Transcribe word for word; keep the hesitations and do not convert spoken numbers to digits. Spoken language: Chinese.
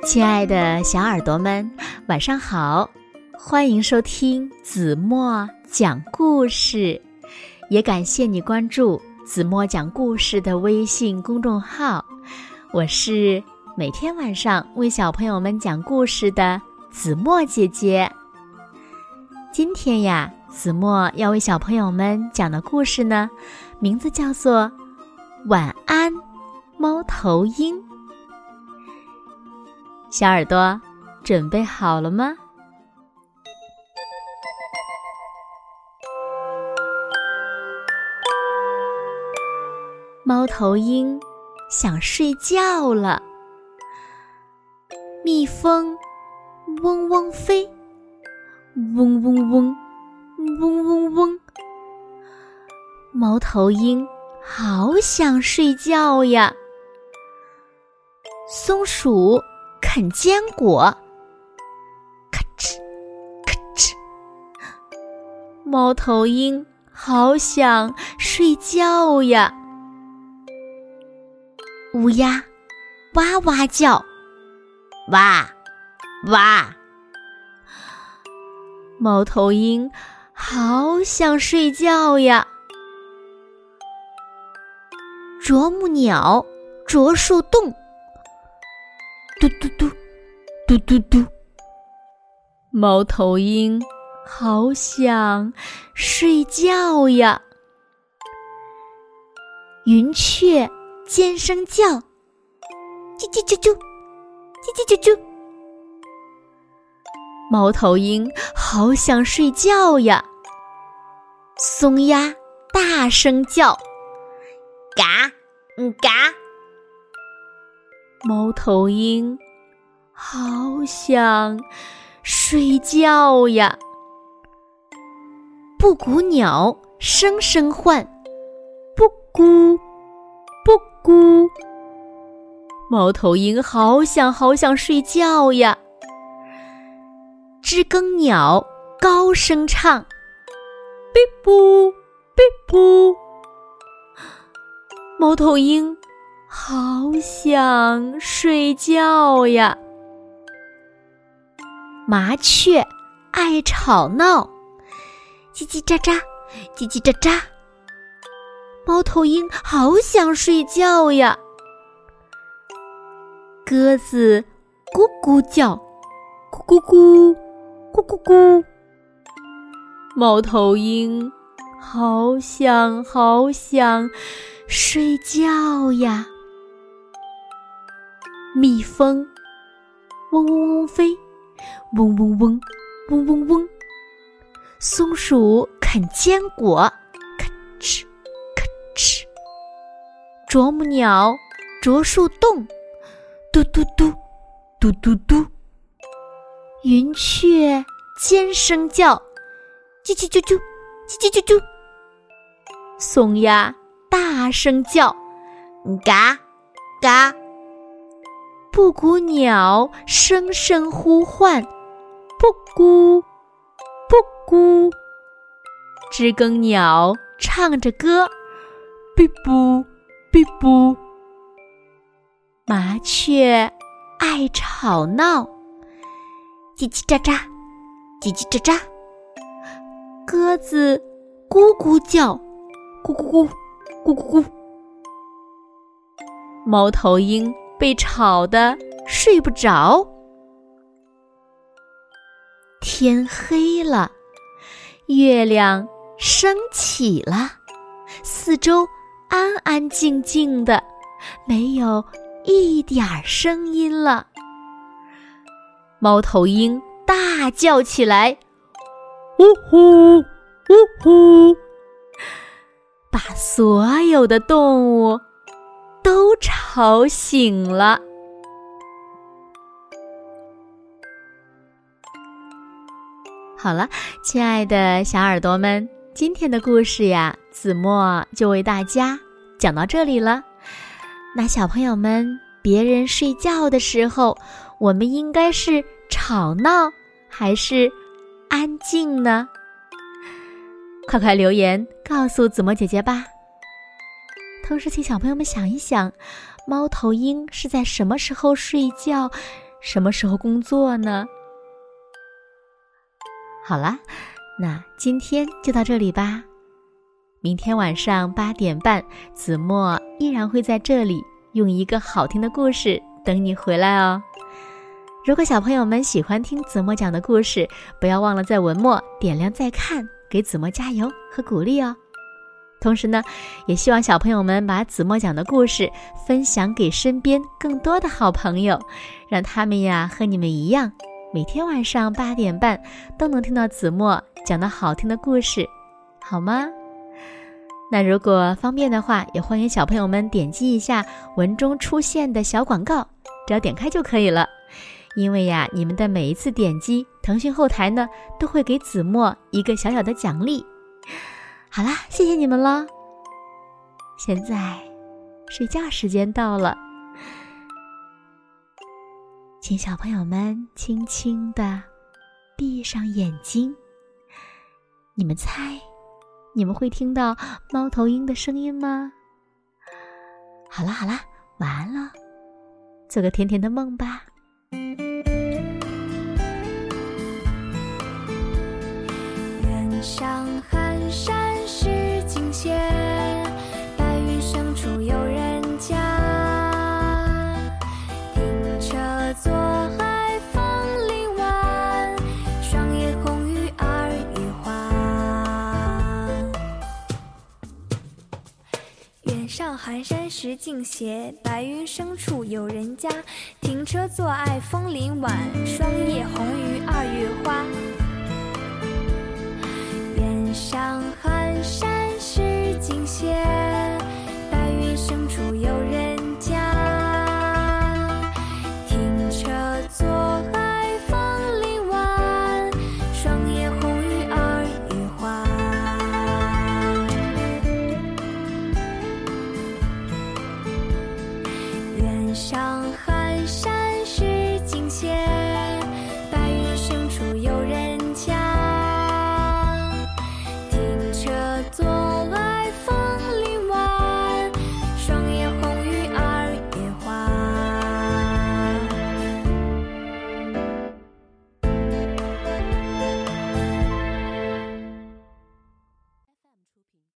亲爱的小耳朵们，晚上好，欢迎收听子墨讲故事，也感谢你关注子墨讲故事的微信公众号。我是每天晚上为小朋友们讲故事的子墨姐姐。今天呀，子墨要为小朋友们讲的故事呢，名字叫做晚安猫头鹰。小耳朵准备好了吗？猫头鹰想睡觉了，蜜蜂嗡嗡飞，嗡嗡嗡，嗡嗡嗡。猫头鹰好想睡觉呀。松鼠啃坚果，咔哧咔哧。猫头鹰好想睡觉呀。乌鸦哇哇叫，哇哇。猫头鹰好想睡觉呀。啄木鸟啄树洞，嘟嘟嘟嘟嘟嘟。猫头鹰好想睡觉呀。云雀尖声叫，叽叽啾啾，叽叽啾啾。猫头鹰好想睡觉呀。松鸦大声叫，嘎嗯嘎。猫头鹰好想睡觉呀。布谷鸟声声唤，布谷布谷。猫头鹰好想好想睡觉呀。知更鸟高声唱，哔布哔布。猫头鹰好想睡觉呀。麻雀爱吵闹，叽叽喳喳，叽叽喳喳。猫头鹰好想睡觉呀。鸽子咕咕叫，咕咕咕，咕咕咕。猫头鹰好想好想睡觉呀。蜜蜂嗡嗡嗡飞，嗡嗡嗡，嗡嗡嗡。松鼠啃坚果，咔哧咔哧。啄木鸟啄树洞，嘟嘟嘟嘟嘟嘟。云雀尖声叫，叽叽啾啾，叽叽啾啾。松鸦大声叫，嘎嘎。布谷鸟声声呼唤，布谷布谷。知更鸟唱着歌，哔布哔布。麻雀爱吵闹，叽叽喳喳，叽叽喳喳。鸽子咕咕叫，咕咕咕，咕咕咕。猫头鹰被吵得睡不着。天黑了，月亮升起了，四周安安静静的，没有一点声音了。猫头鹰大叫起来，呜呼呜呼，把所有的动物都吵醒了。好了，亲爱的小耳朵们，今天的故事呀，子墨就为大家讲到这里了。那小朋友们，别人睡觉的时候，我们应该是吵闹还是安静呢？快快留言告诉子墨姐姐吧。同时请小朋友们想一想，猫头鹰是在什么时候睡觉， 什么时候工作呢？好啦，那今天就到这里吧。明天晚上八点半，子墨依然会在这里用一个好听的故事等你回来哦。如果小朋友们喜欢听子墨讲的故事，不要忘了在文末点亮再看，给子墨加油和鼓励哦。同时呢，也希望小朋友们把子墨讲的故事分享给身边更多的好朋友，让他们呀和你们一样，每天晚上八点半都能听到子墨讲的好听的故事，好吗？那如果方便的话，也欢迎小朋友们点击一下文中出现的小广告，只要点开就可以了。因为呀，你们的每一次点击，腾讯后台呢都会给子墨一个小小的奖励。好啦，谢谢你们了。现在睡觉时间到了，请小朋友们轻轻地闭上眼睛。你们猜你们会听到猫头鹰的声音吗？好啦好啦，晚安了，做个甜甜的梦吧。 远上寒山石径斜，白云深处有人家。停车坐爱枫林晚，霜叶红于二月花。远上寒山石径斜，白云深处有人家。停车坐爱枫林晚，霜叶红于二月花。